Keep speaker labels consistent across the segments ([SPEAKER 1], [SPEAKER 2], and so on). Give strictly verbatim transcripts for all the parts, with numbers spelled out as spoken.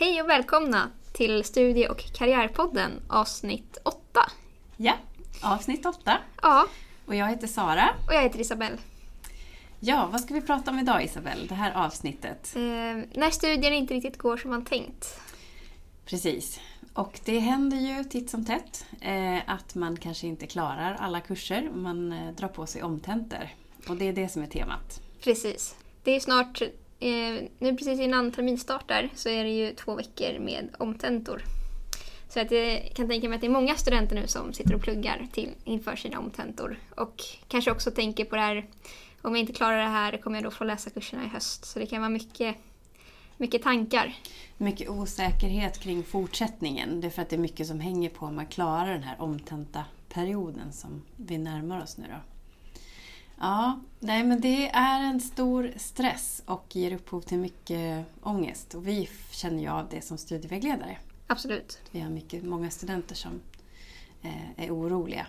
[SPEAKER 1] Hej och välkomna till Studie- och karriärpodden avsnitt åtta.
[SPEAKER 2] Ja, avsnitt åtta.
[SPEAKER 1] Ja.
[SPEAKER 2] Och jag heter Sara.
[SPEAKER 1] Och jag heter Isabelle.
[SPEAKER 2] Ja, vad ska vi prata om idag, Isabelle? Det här avsnittet.
[SPEAKER 1] Eh, när studien inte riktigt går som man tänkt.
[SPEAKER 2] Precis. Och det händer ju titt som tätt eh, att man kanske inte klarar alla kurser. Man eh, drar på sig omtentor. Och det är det som är temat.
[SPEAKER 1] Precis. Det är snart, eh, nu precis innan termin startar så är det ju två veckor med omtentor. Så att jag kan tänka mig att det är många studenter nu som sitter och pluggar till inför sina omtentor. Och kanske också tänker på det här, om jag inte klarar det här kommer jag då få läsa kurserna i höst. Så det kan vara mycket, mycket tankar.
[SPEAKER 2] Mycket osäkerhet kring fortsättningen. Det är för att det är mycket som hänger på om man klarar den här omtenta-perioden som vi närmar oss nu då. Ja, nej men det är en stor stress och ger upphov till mycket ångest. Och vi känner ju av det som studievägledare.
[SPEAKER 1] Absolut.
[SPEAKER 2] Vi har mycket, många studenter som eh, är oroliga.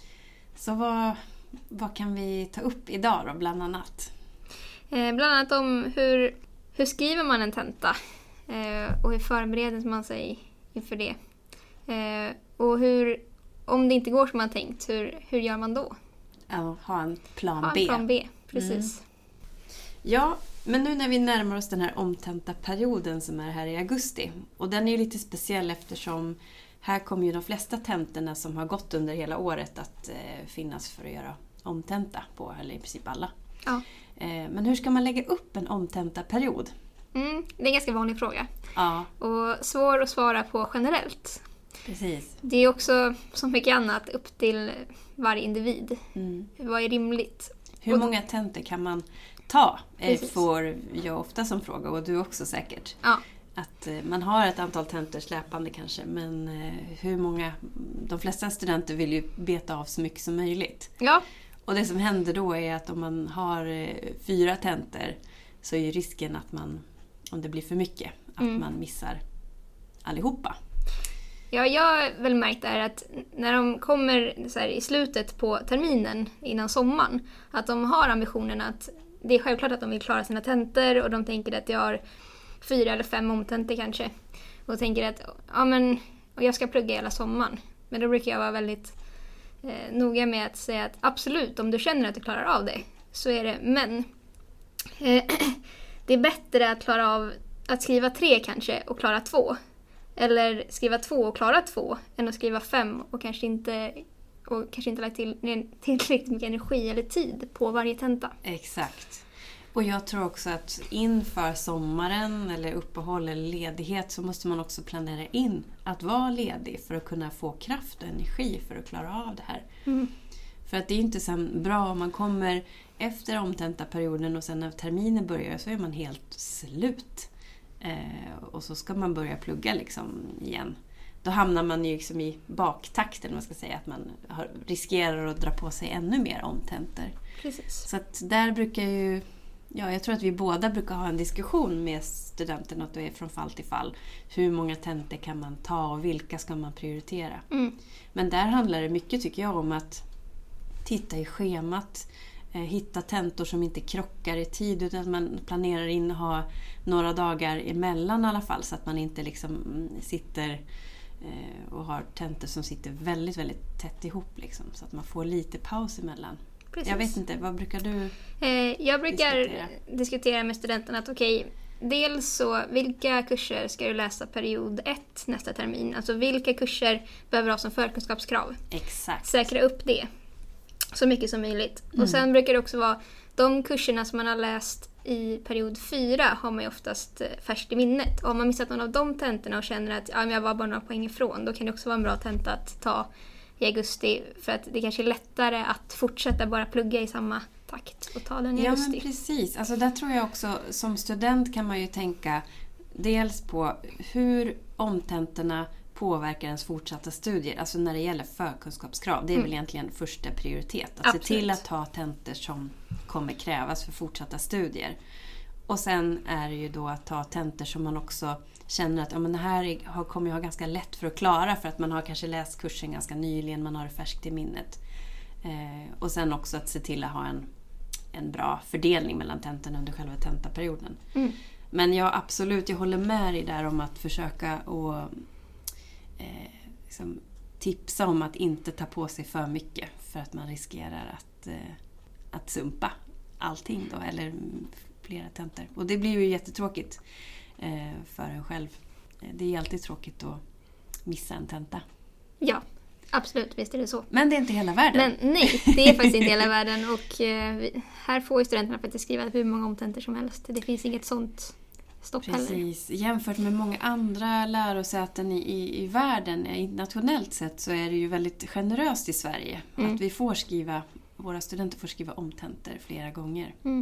[SPEAKER 2] Så vad, vad kan vi ta upp idag då, bland annat?
[SPEAKER 1] Eh, bland annat om hur, hur skriver man en tenta eh, och hur förbereder man sig inför det. Eh, och hur, om det inte går som man tänkt, hur, hur gör man då?
[SPEAKER 2] Ja, ha en plan
[SPEAKER 1] ha
[SPEAKER 2] B.
[SPEAKER 1] En plan B, precis.
[SPEAKER 2] Mm. Ja, men nu när vi närmar oss den här omtenta perioden som är här i augusti. Och den är ju lite speciell eftersom här kommer ju de flesta tentorna som har gått under hela året att eh, finnas för att göra omtenta på, eller i princip alla.
[SPEAKER 1] Ja.
[SPEAKER 2] Eh, men hur ska man lägga upp en omtenta period?
[SPEAKER 1] Mm, det är en ganska vanlig fråga.
[SPEAKER 2] Ja.
[SPEAKER 1] Och svår att svara på generellt.
[SPEAKER 2] Precis.
[SPEAKER 1] Det är också som mycket annat upp till varje individ.
[SPEAKER 2] Mm.
[SPEAKER 1] Vad är rimligt?
[SPEAKER 2] Hur
[SPEAKER 1] och,
[SPEAKER 2] många tentor kan man ta?
[SPEAKER 1] Precis.
[SPEAKER 2] Får jag ofta som fråga, och du också säkert.
[SPEAKER 1] Ja.
[SPEAKER 2] Att eh, man har ett antal tentor släpande kanske, men eh, hur många, de flesta studenter vill ju beta av så mycket som möjligt.
[SPEAKER 1] Ja.
[SPEAKER 2] Och det som händer då är att om man har eh, fyra tentor så är ju risken att man, om det blir för mycket, att
[SPEAKER 1] mm.
[SPEAKER 2] man missar allihopa.
[SPEAKER 1] Ja, jag har väl märkt där att när de kommer så här, i slutet på terminen innan sommaren, att de har ambitionen att det är självklart att de vill klara sina tentor och de tänker att jag har fyra eller fem omtentor kanske. Och tänker att ja, men, och jag ska plugga hela sommaren. Men då brukar jag vara väldigt eh, noga med att säga att absolut, om du känner att du klarar av det så är det. Men eh, det är bättre att klara av att skriva tre kanske och klara två. Eller skriva två och klara två än att skriva fem och kanske inte, och kanske inte lagt till tillräckligt mycket energi eller tid på varje tenta.
[SPEAKER 2] Exakt. Och jag tror också att inför sommaren eller uppehåll eller ledighet så måste man också planera in att vara ledig för att kunna få kraft och energi för att klara av det här.
[SPEAKER 1] Mm.
[SPEAKER 2] För att det är inte så bra om man kommer efter omtentaperioden och sen när terminen börjar så är man helt slut. Eh, och så ska man börja plugga liksom igen. Då hamnar man ju liksom i baktakten, man ska säga, att man har, riskerar att dra på sig ännu mer omtentor.
[SPEAKER 1] Precis.
[SPEAKER 2] Så att där brukar ju, ja, jag tror att vi båda brukar ha en diskussion med studenterna, att det är från fall till fall. Hur många tentor kan man ta och vilka ska man prioritera?
[SPEAKER 1] Mm.
[SPEAKER 2] Men där handlar det mycket, tycker jag, om att titta i schemat. Hitta tentor som inte krockar i tid, utan att man planerar in att ha några dagar emellan i alla fall, så att man inte liksom sitter och har tentor som sitter väldigt, väldigt tätt ihop liksom, så att man får lite paus emellan. Precis. Jag vet inte, vad brukar du
[SPEAKER 1] eh, Jag brukar
[SPEAKER 2] diskutera?
[SPEAKER 1] diskutera med studenterna att okej, okay, dels så vilka kurser ska du läsa period ett nästa termin? Alltså vilka kurser behöver du ha som förkunskapskrav?
[SPEAKER 2] Exakt.
[SPEAKER 1] Säkra upp det så mycket som möjligt.
[SPEAKER 2] Mm.
[SPEAKER 1] Och sen brukar det också vara de kurserna som man har läst i period fyra har man ju oftast färskt i minnet. Och om man missat någon av de tentorna och känner att ja, men jag var bara några poäng ifrån, då kan det också vara en bra tenta att ta i augusti, för att det kanske är lättare att fortsätta bara plugga i samma takt och ta den i
[SPEAKER 2] ja,
[SPEAKER 1] augusti.
[SPEAKER 2] Ja, men precis. Alltså där tror jag också, som student kan man ju tänka dels på hur omtentorna påverkar ens fortsatta studier. Alltså när det gäller förkunskapskrav. Det är mm. väl egentligen första prioritet. Att Absolut. se till att ha tentor som kommer krävas för fortsatta studier. Och sen är det ju då att ta tentor som man också känner att ja, men det här har, kommer jag ha ganska lätt för att klara, för att man har kanske läst kursen ganska nyligen, man har det färskt i minnet. Eh, och sen också att se till att ha en, en bra fördelning mellan tentorna under själva tentaperioden.
[SPEAKER 1] Mm.
[SPEAKER 2] Men jag absolut, jag håller med dig där om att försöka och eh, liksom tipsa om att inte ta på sig för mycket för att man riskerar att, eh, att sumpa allting då, eller flera tentor. Och det blir ju jättetråkigt eh, för en själv. Det är alltid tråkigt att missa en tenta.
[SPEAKER 1] Ja, absolut, visst är det så.
[SPEAKER 2] Men det är inte hela världen.
[SPEAKER 1] Men nej, det är faktiskt inte hela världen. Och eh, vi, här får ju studenterna faktiskt skriva hur många omtentor som helst. Det finns inget sånt stopp heller.
[SPEAKER 2] Precis. Jämfört med många andra lärosäten i, i, i världen, internationellt sett, så är det ju väldigt generöst i Sverige. Mm. Att vi får skriva, våra studenter får skriva omtentor flera gånger.
[SPEAKER 1] Mm.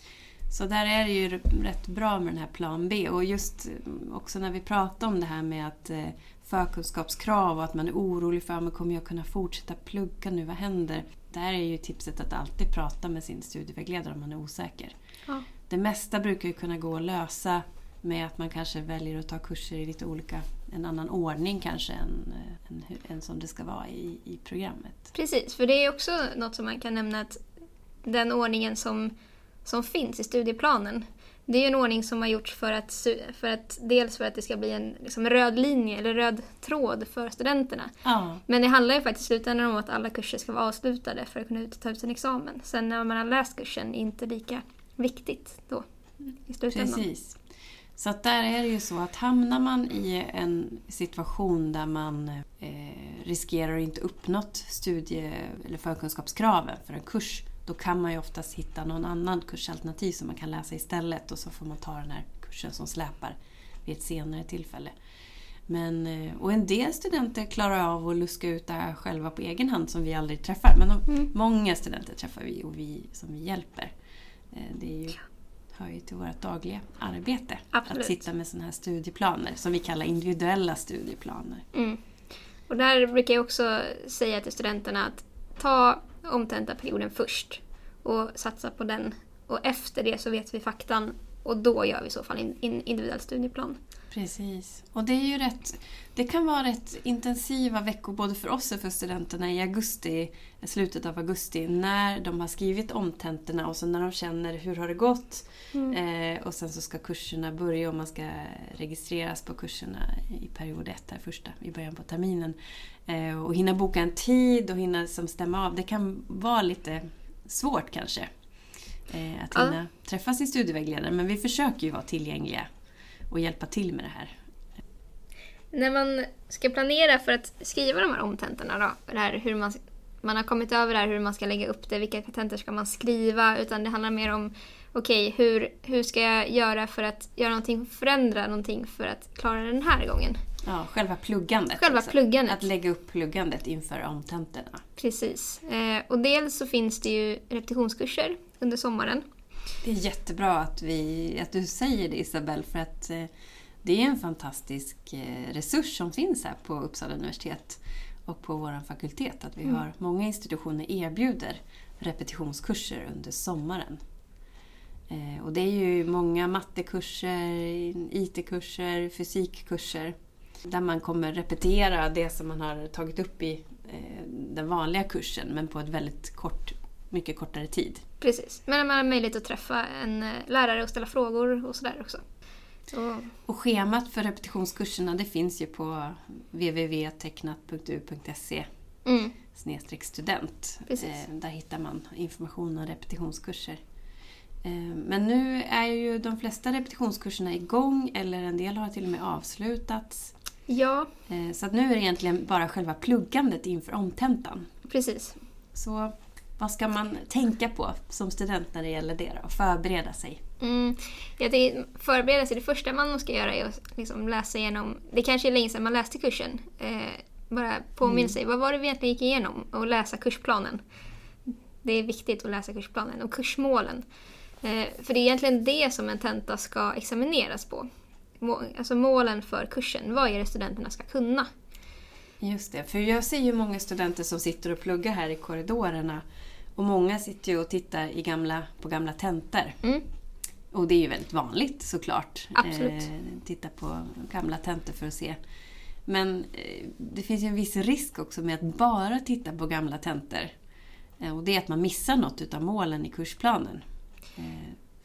[SPEAKER 2] Så där är det ju rätt bra med den här plan B. Och just också när vi pratar om det här med att förkunskapskrav och att man är orolig för att kommer jag kunna fortsätta plugga nu, vad händer? Där är ju tipset att alltid prata med sin studievägledare om man är osäker.
[SPEAKER 1] Ja.
[SPEAKER 2] Det mesta brukar ju kunna gå att lösa med att man kanske väljer att ta kurser i lite olika, en annan ordning kanske än, än, än som det ska vara i, i programmet.
[SPEAKER 1] Precis, för det är också något som man kan nämna, att den ordningen som som finns i studieplanen. Det är ju en ordning som har gjorts för att, för att dels för att det ska bli en liksom, röd linje eller röd tråd för studenterna.
[SPEAKER 2] Ja.
[SPEAKER 1] Men det handlar ju faktiskt i slutändan om att alla kurser ska vara avslutade för att kunna ta ut sin examen. Sen när man har läst kursen är inte lika viktigt då i slutändan.
[SPEAKER 2] Precis. Så att där är det ju så att hamnar man i en situation där man eh, riskerar att inte uppnått studie- eller förkunskapskraven för en kurs, då kan man ju oftast hitta någon annan kursalternativ som man kan läsa istället, och så får man ta den här kursen som släpar vid ett senare tillfälle. Men, och en del studenter klarar av att luska ut det här själva på egen hand som vi aldrig träffar. Men de, mm. många studenter träffar vi och vi som vi hjälper. Det är ju, hör ju till vårt dagliga arbete.
[SPEAKER 1] Absolut.
[SPEAKER 2] Att sitta med sådana här studieplaner som vi kallar individuella studieplaner.
[SPEAKER 1] Mm. Och där brukar jag också säga till studenterna att ta omtentaperioden först och satsa på den, och efter det så vet vi faktan och då gör vi i så fall en individuell studieplan.
[SPEAKER 2] Precis. Och det är ju rätt, det kan vara rätt intensiva veckor både för oss och för studenterna i augusti, slutet av augusti, när de har skrivit omtentorna och så när de känner hur har det gått. Mm. Eh, och sen så ska kurserna börja och man ska registreras på kurserna i period ett, där första, i början på terminen. Eh, och hinna boka en tid och hinna som stämma av. Det kan vara lite svårt kanske eh, att hinna ja. träffa sin studievägledare, men vi försöker ju vara tillgängliga och hjälpa till med det här.
[SPEAKER 1] När man ska planera för att skriva de här omtentorna då, det här, hur man, man har kommit över det här, hur man ska lägga upp det, vilka tentor ska man skriva, utan det handlar mer om okej, okay, hur, hur ska jag göra för att göra någonting, förändra någonting för att klara den här gången.
[SPEAKER 2] Ja, själva pluggandet.
[SPEAKER 1] Själva alltså. pluggandet.
[SPEAKER 2] Att lägga upp pluggandet inför omtentorna.
[SPEAKER 1] Precis. Eh, och dels så finns det ju repetitionskurser under sommaren.
[SPEAKER 2] Det är jättebra att, vi, att du säger det, Isabel, för att eh, det är en fantastisk eh, resurs som finns här på Uppsala universitet och på vår fakultet. Att vi mm. har många institutioner erbjuder repetitionskurser under sommaren. Eh, och det är ju många mattekurser, I T-kurser, fysikkurser där man kommer repetera det som man har tagit upp i eh, den vanliga kursen, men på ett väldigt kort, mycket kortare tid.
[SPEAKER 1] Precis, men man har möjlighet att träffa en lärare och ställa frågor och sådär också. Så.
[SPEAKER 2] Och schemat för repetitionskurserna, det finns ju på w w w punkt tecknat punkt u punkt se
[SPEAKER 1] mm.
[SPEAKER 2] snedstreck student. Eh, där hittar man information om repetitionskurser. Eh, men nu är ju de flesta repetitionskurserna igång, eller en del har till och med avslutats.
[SPEAKER 1] Ja.
[SPEAKER 2] Eh, så att nu är det egentligen bara själva pluggandet inför omtentan.
[SPEAKER 1] Precis.
[SPEAKER 2] Så vad ska man tänka på som student när det gäller det då? Förbereda sig.
[SPEAKER 1] Mm. Jag tänker, förbereda sig. Det första man ska göra är att liksom läsa igenom. Det kanske är länge sedan man läste kursen. Eh, bara påminna mm. sig. Vad var det vi egentligen gick igenom? Och läsa kursplanen. Det är viktigt att läsa kursplanen. Och kursmålen. Eh, för det är egentligen det som en tenta ska examineras på. Må, alltså målen för kursen. Vad är det studenterna ska kunna?
[SPEAKER 2] Just det, för jag ser ju många studenter som sitter och pluggar här i korridorerna. Och många sitter ju och tittar i gamla, på gamla tentor.
[SPEAKER 1] Mm.
[SPEAKER 2] Och det är ju väldigt vanligt såklart.
[SPEAKER 1] Absolut.
[SPEAKER 2] Eh, titta på gamla tentor för att se. Men eh, det finns ju en viss risk också med att bara titta på gamla tentor. Eh, och det är att man missar något utav målen i kursplanen. Eh,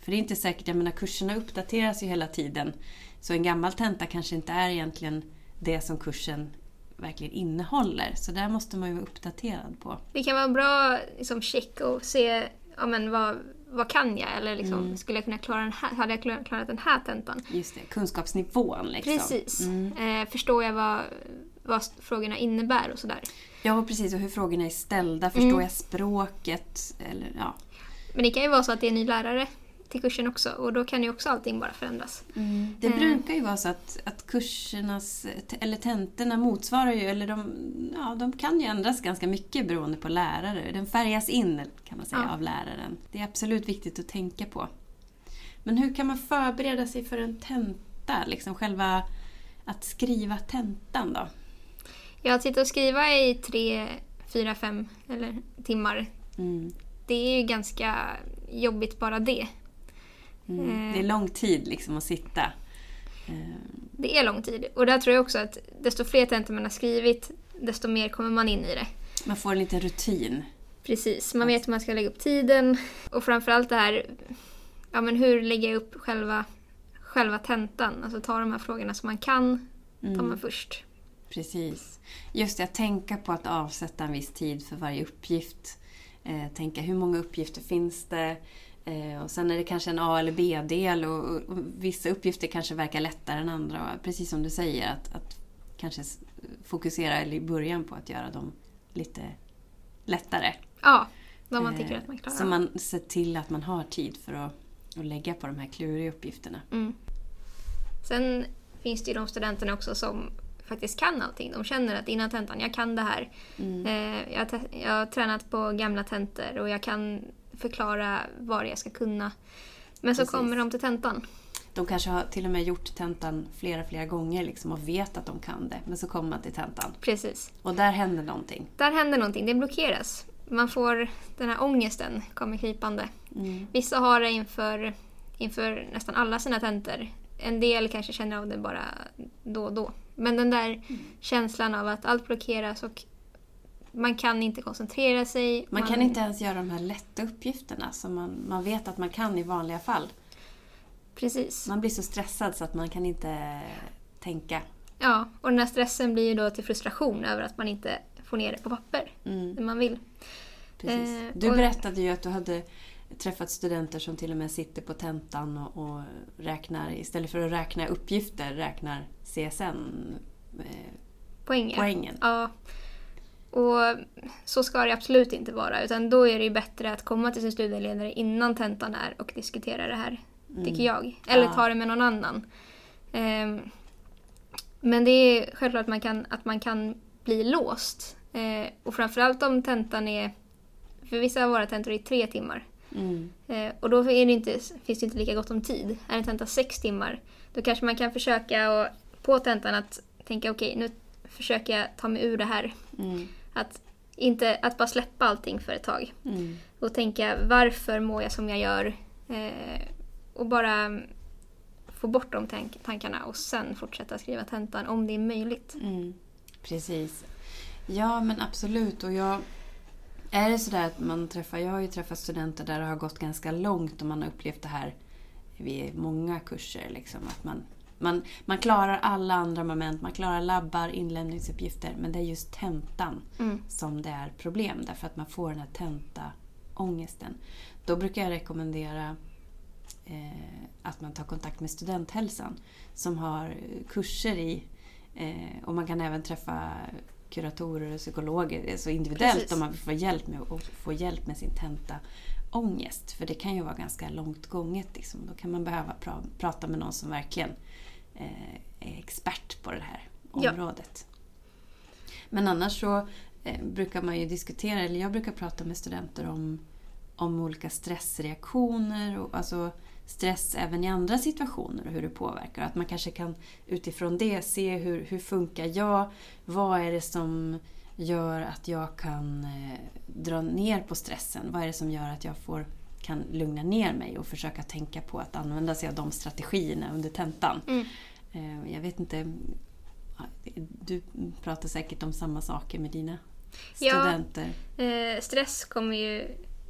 [SPEAKER 2] För det är inte säkert, jag menar kurserna uppdateras ju hela tiden. Så en gammal tenta kanske inte är egentligen det som kursen verkligen innehåller. Så där måste man ju vara uppdaterad på.
[SPEAKER 1] Det kan vara bra liksom, check och se ja, men vad, vad kan jag? Eller liksom, mm. skulle jag kunna klara den här, hade jag klarat den här tentan?
[SPEAKER 2] Just det, kunskapsnivån liksom.
[SPEAKER 1] Precis. Mm. Eh, förstår jag vad, vad frågorna innebär och sådär.
[SPEAKER 2] Ja, precis. Och hur frågorna är ställda. Förstår mm. jag språket? Eller, ja.
[SPEAKER 1] Men det kan ju vara så att det är en ny lärare till kursen också. Och då kan ju också allting bara förändras.
[SPEAKER 2] Mm. Det brukar ju vara så att, att kursernas, eller tentorna motsvarar ju, eller de, ja, de kan ju ändras ganska mycket beroende på lärare. Den färgas in kan man säga ja. av läraren. Det är absolut viktigt att tänka på. Men hur kan man förbereda sig för en tenta? Liksom själva att skriva tentan då?
[SPEAKER 1] Jag sitter och skriva i tre, fyra, fem eller timmar. Mm. Det är ju ganska jobbigt bara det.
[SPEAKER 2] Mm. Det är lång tid liksom att sitta.
[SPEAKER 1] Det är lång tid. Och där tror jag också att desto fler tentor man har skrivit, desto mer kommer man in i det.
[SPEAKER 2] Man får en liten rutin.
[SPEAKER 1] Precis, man vet hur man ska lägga upp tiden. Och framförallt det här, ja men hur lägger jag upp själva, själva tentan? Alltså ta de här frågorna som man kan, tar man mm. först.
[SPEAKER 2] Precis. Just det, att tänka på att avsätta en viss tid för varje uppgift. Eh, tänka hur många uppgifter finns det? Eh, och sen är det kanske en A- eller B-del och, och, och vissa uppgifter kanske verkar lättare än andra. Och precis som du säger, att, att kanske fokusera i början på att göra dem lite lättare.
[SPEAKER 1] Ja, vad man tycker eh, att man klarar.
[SPEAKER 2] Så man ser till att man har tid för att, att lägga på de här kluriga uppgifterna.
[SPEAKER 1] Mm. Sen finns det ju de studenterna också som faktiskt kan allting. De känner att innan tentan, jag kan det här. Mm. Eh, jag, har jag har tränat på gamla tentor och jag kan förklara vad jag ska kunna. Men så Precis. kommer de till tentan.
[SPEAKER 2] De kanske har till och med gjort tentan flera, flera gånger liksom och vet att de kan det. Men så kommer man till tentan.
[SPEAKER 1] Precis.
[SPEAKER 2] Och där händer någonting.
[SPEAKER 1] Där händer någonting. Det blockeras. Man får den här ångesten kommer krypande. Mm. Vissa har det inför, inför nästan alla sina tentor. En del kanske känner av det bara då och då. Men den där mm. känslan av att allt blockeras och man kan inte koncentrera sig.
[SPEAKER 2] Man, man kan inte ens göra de här lätta uppgifterna som man, man vet att man kan i vanliga fall.
[SPEAKER 1] Precis.
[SPEAKER 2] Man blir så stressad så att man kan inte tänka.
[SPEAKER 1] Ja, och den här stressen blir ju då till frustration över att man inte får ner det på papper. Mm. När man vill.
[SPEAKER 2] Precis. Eh, du och... berättade ju att du hade träffat studenter som till och med sitter på tentan och, och räknar, istället för att räkna uppgifter, räknar C S N eh,
[SPEAKER 1] poängen.
[SPEAKER 2] poängen.
[SPEAKER 1] Ja. Och så ska det absolut inte vara. Utan då är det ju bättre att komma till sin studieledare innan tentan är och diskutera det här, mm. tycker jag. Eller ja. ta det med någon annan. Um, men det är självklart att man kan, att man kan bli låst. Uh, och framförallt om tentan är, för vissa av våra tentor är tre timmar. Mm. Uh, och då är det inte, finns det inte lika gott om tid. Är en tenta sex timmar, då kanske man kan försöka och, på tentan att tänka okej, okay, nu försöker jag ta mig ur det här. Mm. Att, inte, att bara släppa allting för ett tag. Mm. Och tänka, varför mår jag som jag gör? Eh, och bara få bort de tank- tankarna och sen fortsätta skriva tentan om det är möjligt.
[SPEAKER 2] Mm. Precis. Ja, men absolut. Och jag, är det sådär att man träffar, jag har ju träffat studenter där det har gått ganska långt och man har upplevt det här vid många kurser. Liksom, att man Man, man klarar alla andra moment, man klarar labbar, inlämningsuppgifter, men det är just tentan mm. som det är problem, därför att man får den här tenta-ångesten. Då brukar jag rekommendera eh, att man tar kontakt med studenthälsan som har kurser i, eh, och man kan även träffa kuratorer och psykologer, så individuellt. Precis. Om man vill få hjälp med, och få hjälp med sin tenta-ångest, för det kan ju vara ganska långt gånget liksom. Då kan man behöva pra- prata med någon som verkligen är expert på det här området. Ja. Men annars så eh, brukar man ju diskutera, eller jag brukar prata med studenter om, om olika stressreaktioner och alltså stress även i andra situationer och hur det påverkar. Att man kanske kan utifrån det se hur, hur funkar jag, vad är det som gör att jag kan eh, dra ner på stressen, vad är det som gör att jag får kan lugna ner mig och försöka tänka på att använda sig av de strategierna under tentan. Mm. Jag vet inte, du pratar säkert om samma saker med dina studenter.
[SPEAKER 1] Ja, eh, stress kommer ju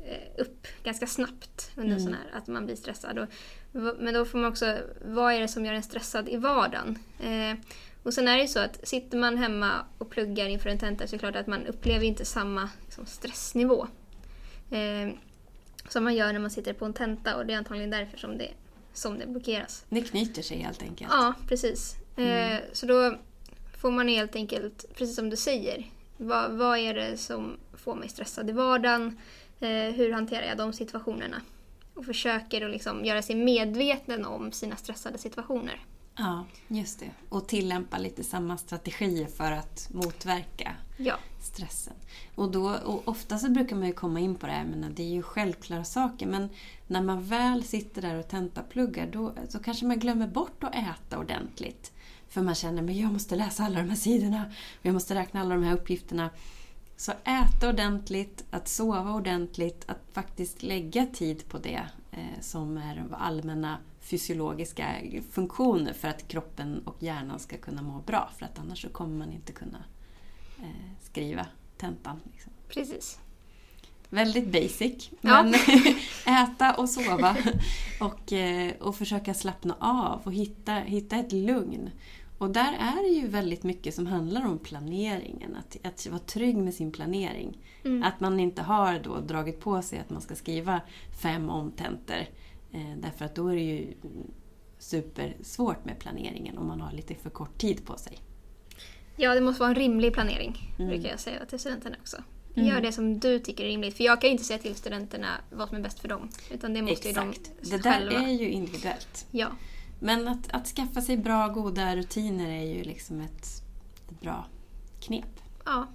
[SPEAKER 1] upp ganska snabbt under mm. sån här, att man blir stressad. Och, men då får man också, vad är det som gör en stressad i vardagen? Eh, och sen är det ju så att sitter man hemma och pluggar inför en tenta så är det klart att man upplever inte samma liksom, stressnivå eh, som man gör när man sitter på en tenta, och det är antagligen därför som det, som det blockeras.
[SPEAKER 2] Det knyter sig helt enkelt.
[SPEAKER 1] Ja, precis. Mm. Eh, så då får man helt enkelt, precis som du säger, vad, vad är det som får mig stressad i vardagen? Eh, hur hanterar jag de situationerna? Och försöker att liksom göra sig medveten om sina stressade situationer.
[SPEAKER 2] Ja, just det. Och tillämpa lite samma strategier för att motverka
[SPEAKER 1] ja.
[SPEAKER 2] stressen. Och, då, och ofta så brukar man ju komma in på det här, men det är ju självklara saker. Men när man väl sitter där och tentapluggar, då så kanske man glömmer bort att äta ordentligt. För man känner, men jag måste läsa alla de här sidorna och jag måste räkna alla de här uppgifterna. Så äta ordentligt, att sova ordentligt, att faktiskt lägga tid på det eh, som är allmänna fysiologiska funktioner för att kroppen och hjärnan ska kunna må bra. För att annars så kommer man inte kunna eh, skriva tentan. Liksom.
[SPEAKER 1] Precis.
[SPEAKER 2] Väldigt basic,
[SPEAKER 1] ja.
[SPEAKER 2] men äta och sova och, eh, och försöka slappna av och hitta, hitta ett lugn. Och där är det ju väldigt mycket som handlar om planeringen. Att, att vara trygg med sin planering. Mm. Att man inte har då dragit på sig att man ska skriva fem omtentor. Eh, därför att då är det ju supersvårt med planeringen om man har lite för kort tid på sig.
[SPEAKER 1] Ja, det måste vara en rimlig planering, mm. brukar jag säga till studenterna också. Mm. Gör det som du tycker är rimligt. För jag kan ju inte säga till studenterna vad som är bäst för dem. Utan det måste
[SPEAKER 2] Exakt.
[SPEAKER 1] ju de
[SPEAKER 2] det där
[SPEAKER 1] själva.
[SPEAKER 2] är ju individuellt.
[SPEAKER 1] Ja.
[SPEAKER 2] Men att, att skaffa sig bra, goda rutiner är ju liksom ett, ett bra knep.
[SPEAKER 1] Ja.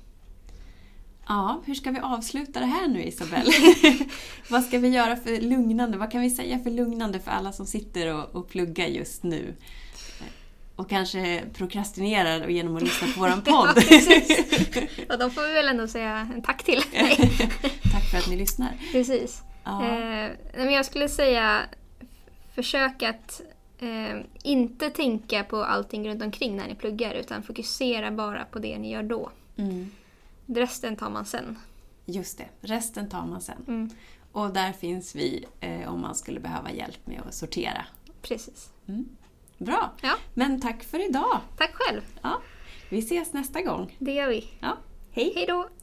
[SPEAKER 2] Ja, hur ska vi avsluta det här nu, Isabelle? Vad ska vi göra för lugnande? Vad kan vi säga för lugnande för alla som sitter och, och pluggar just nu? Och kanske prokrastinerar genom att lyssna på våran podd.
[SPEAKER 1] Ja, precis. Och de får vi väl ändå säga en tack till.
[SPEAKER 2] Tack för att ni lyssnar.
[SPEAKER 1] Precis.
[SPEAKER 2] Ja.
[SPEAKER 1] Eh, men jag skulle säga, försök att eh, inte tänka på allting runt omkring när ni pluggar, utan fokusera bara på det ni gör då.
[SPEAKER 2] Mm.
[SPEAKER 1] Resten tar man sen.
[SPEAKER 2] Just det, resten tar man sen.
[SPEAKER 1] Mm.
[SPEAKER 2] Och där finns vi eh, om man skulle behöva hjälp med att sortera.
[SPEAKER 1] Precis.
[SPEAKER 2] Mm. Bra,
[SPEAKER 1] ja.
[SPEAKER 2] Men tack för idag.
[SPEAKER 1] Tack själv.
[SPEAKER 2] Ja. Vi ses nästa gång.
[SPEAKER 1] Det gör vi.
[SPEAKER 2] Ja. Hej.
[SPEAKER 1] Hej då.